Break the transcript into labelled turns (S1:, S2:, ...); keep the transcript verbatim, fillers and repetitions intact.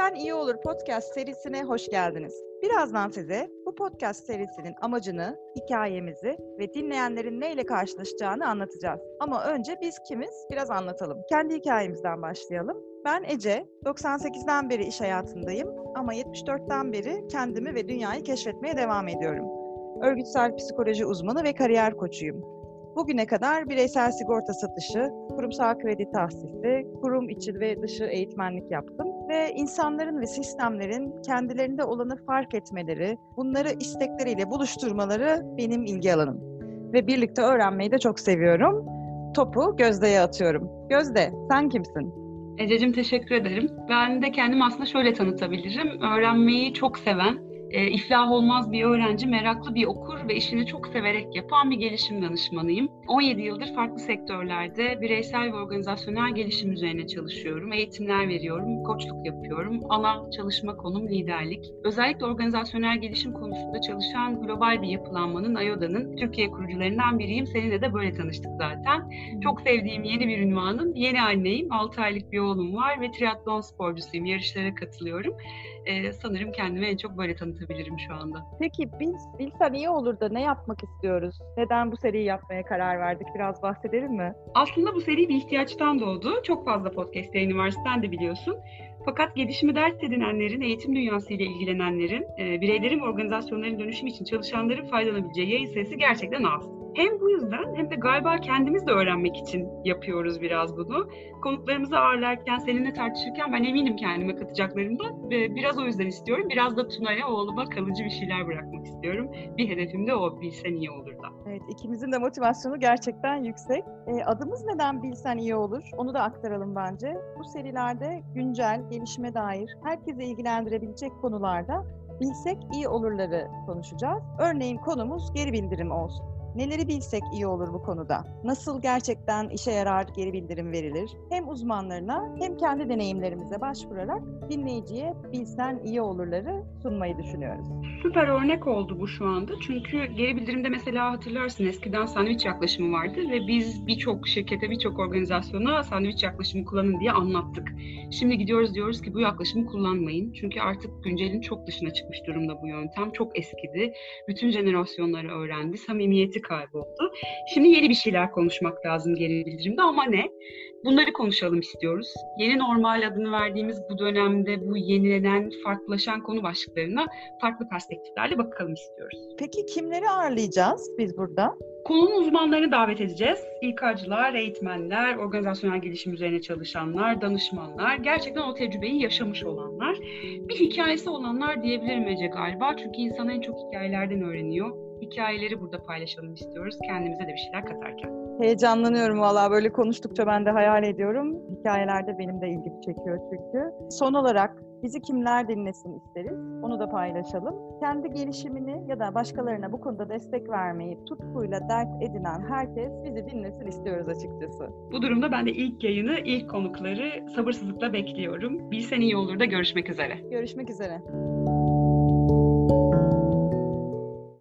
S1: Bilsen İyi Olur podcast serisine hoş geldiniz. Birazdan size bu podcast serisinin amacını, hikayemizi ve dinleyenlerin neyle karşılaşacağını anlatacağız. Ama önce biz kimiz? Biraz anlatalım. Kendi hikayemizden başlayalım. Ben Ece, doksan sekizden beri iş hayatındayım ama yetmiş dörtten beri kendimi ve dünyayı keşfetmeye devam ediyorum. Örgütsel psikoloji uzmanı ve kariyer koçuyum. Bugüne kadar bireysel sigorta satışı, kurumsal kredi tahsisi, kurum içi ve dışı eğitmenlik yaptım ve insanların ve sistemlerin kendilerinde olanı fark etmeleri, bunları istekleriyle buluşturmaları benim ilgi alanım. Ve birlikte öğrenmeyi de çok seviyorum. Topu Gözde'ye atıyorum. Gözde, sen kimsin?
S2: Ececiğim teşekkür ederim. Ben de kendimi aslında şöyle tanıtabilirim. Öğrenmeyi çok seven, e, iflah olmaz bir öğrenci, meraklı bir okur ve işini çok severek yapan bir gelişim danışmanıyım. on yedi yıldır farklı sektörlerde bireysel ve organizasyonel gelişim üzerine çalışıyorum. Eğitimler veriyorum, koçluk yapıyorum. Ana çalışma konum liderlik. Özellikle organizasyonel gelişim konusunda çalışan global bir yapılanmanın, AYODA'nın Türkiye kurucularından biriyim. Seninle de böyle tanıştık zaten. Çok sevdiğim yeni bir ünvanım. Yeni anneyim, altı aylık bir oğlum var ve triatlon sporcusuyum. Yarışlara katılıyorum. Ee, sanırım kendimi en çok böyle tanıtabilirim şu anda.
S1: Peki biz Bilsen İyi Olur da ne yapmak istiyoruz? Neden bu seriyi yapmaya karar verdik? Biraz bahsedelim mi?
S2: Aslında bu seri bir ihtiyaçtan doğdu. Çok fazla podcast yayını var, sen de biliyorsun. Fakat gelişimi dert edinenlerin, eğitim dünyasıyla ilgilenenlerin, e, bireylerin ve organizasyonların dönüşüm için çalışanların faydalanabileceği yayın sayısı gerçekten az. Hem bu yüzden hem de galiba kendimiz de öğrenmek için yapıyoruz biraz bunu. Konuklarımızı ağırlarken, seninle tartışırken ben eminim kendime katacaklarımdan. Biraz o yüzden istiyorum. Biraz da Tuna'ya, oğluma kalıcı bir şeyler bırakmak istiyorum. Bir hedefim de o, Bilsen İyi Olur da.
S1: Evet, ikimizin de motivasyonu gerçekten yüksek. E, adımız neden Bilsen İyi Olur? Onu da aktaralım bence. Bu serilerde güncel, gelişime dair, herkese ilgilendirebilecek konularda bilsek iyi olurları konuşacağız. Örneğin konumuz geri bildirim olsun. Neleri bilsek iyi olur bu konuda? Nasıl gerçekten işe yarar geri bildirim verilir? Hem uzmanlarına hem kendi deneyimlerimize başvurarak dinleyiciye Bilsen İyi Olurları sunmayı düşünüyoruz.
S2: Süper örnek oldu bu şu anda. Çünkü geri bildirimde mesela hatırlarsın eskiden sandviç yaklaşımı vardı ve biz birçok şirkete, birçok organizasyona sandviç yaklaşımı kullanın diye anlattık. Şimdi gidiyoruz diyoruz ki bu yaklaşımı kullanmayın. Çünkü artık güncelin çok dışına çıkmış durumda bu yöntem. Çok eskidi. Bütün jenerasyonları öğrendi. Samimiyeti kayboldu. Şimdi yeni bir şeyler konuşmak lazım geri bildirimde ama ne? Bunları konuşalım istiyoruz. Yeni normal adını verdiğimiz bu dönemde bu yenilenen, farklılaşan konu başlıklarına farklı perspektiflerle bakalım istiyoruz.
S1: Peki kimleri ağırlayacağız biz burada?
S2: Konunun uzmanlarını davet edeceğiz. İK'cılar, eğitmenler, organizasyonel gelişim üzerine çalışanlar, danışmanlar, gerçekten o tecrübeyi yaşamış olanlar, bir hikayesi olanlar diyebilirim Ece galiba. Çünkü insan en çok hikayelerden öğreniyor. Hikayeleri burada paylaşalım istiyoruz, kendimize de bir şeyler katarken.
S1: Heyecanlanıyorum valla, böyle konuştukça ben de hayal ediyorum. Hikayelerde benim de ilgimi çekiyor çünkü. Son olarak bizi kimler dinlesin isteriz, onu da paylaşalım. Kendi gelişimini ya da başkalarına bu konuda destek vermeyi tutkuyla dert edinen herkes bizi dinlesin istiyoruz açıkçası.
S2: Bu durumda ben de ilk yayını, ilk konukları sabırsızlıkla bekliyorum. Bilsen İyi Olur da görüşmek üzere.
S1: Görüşmek üzere.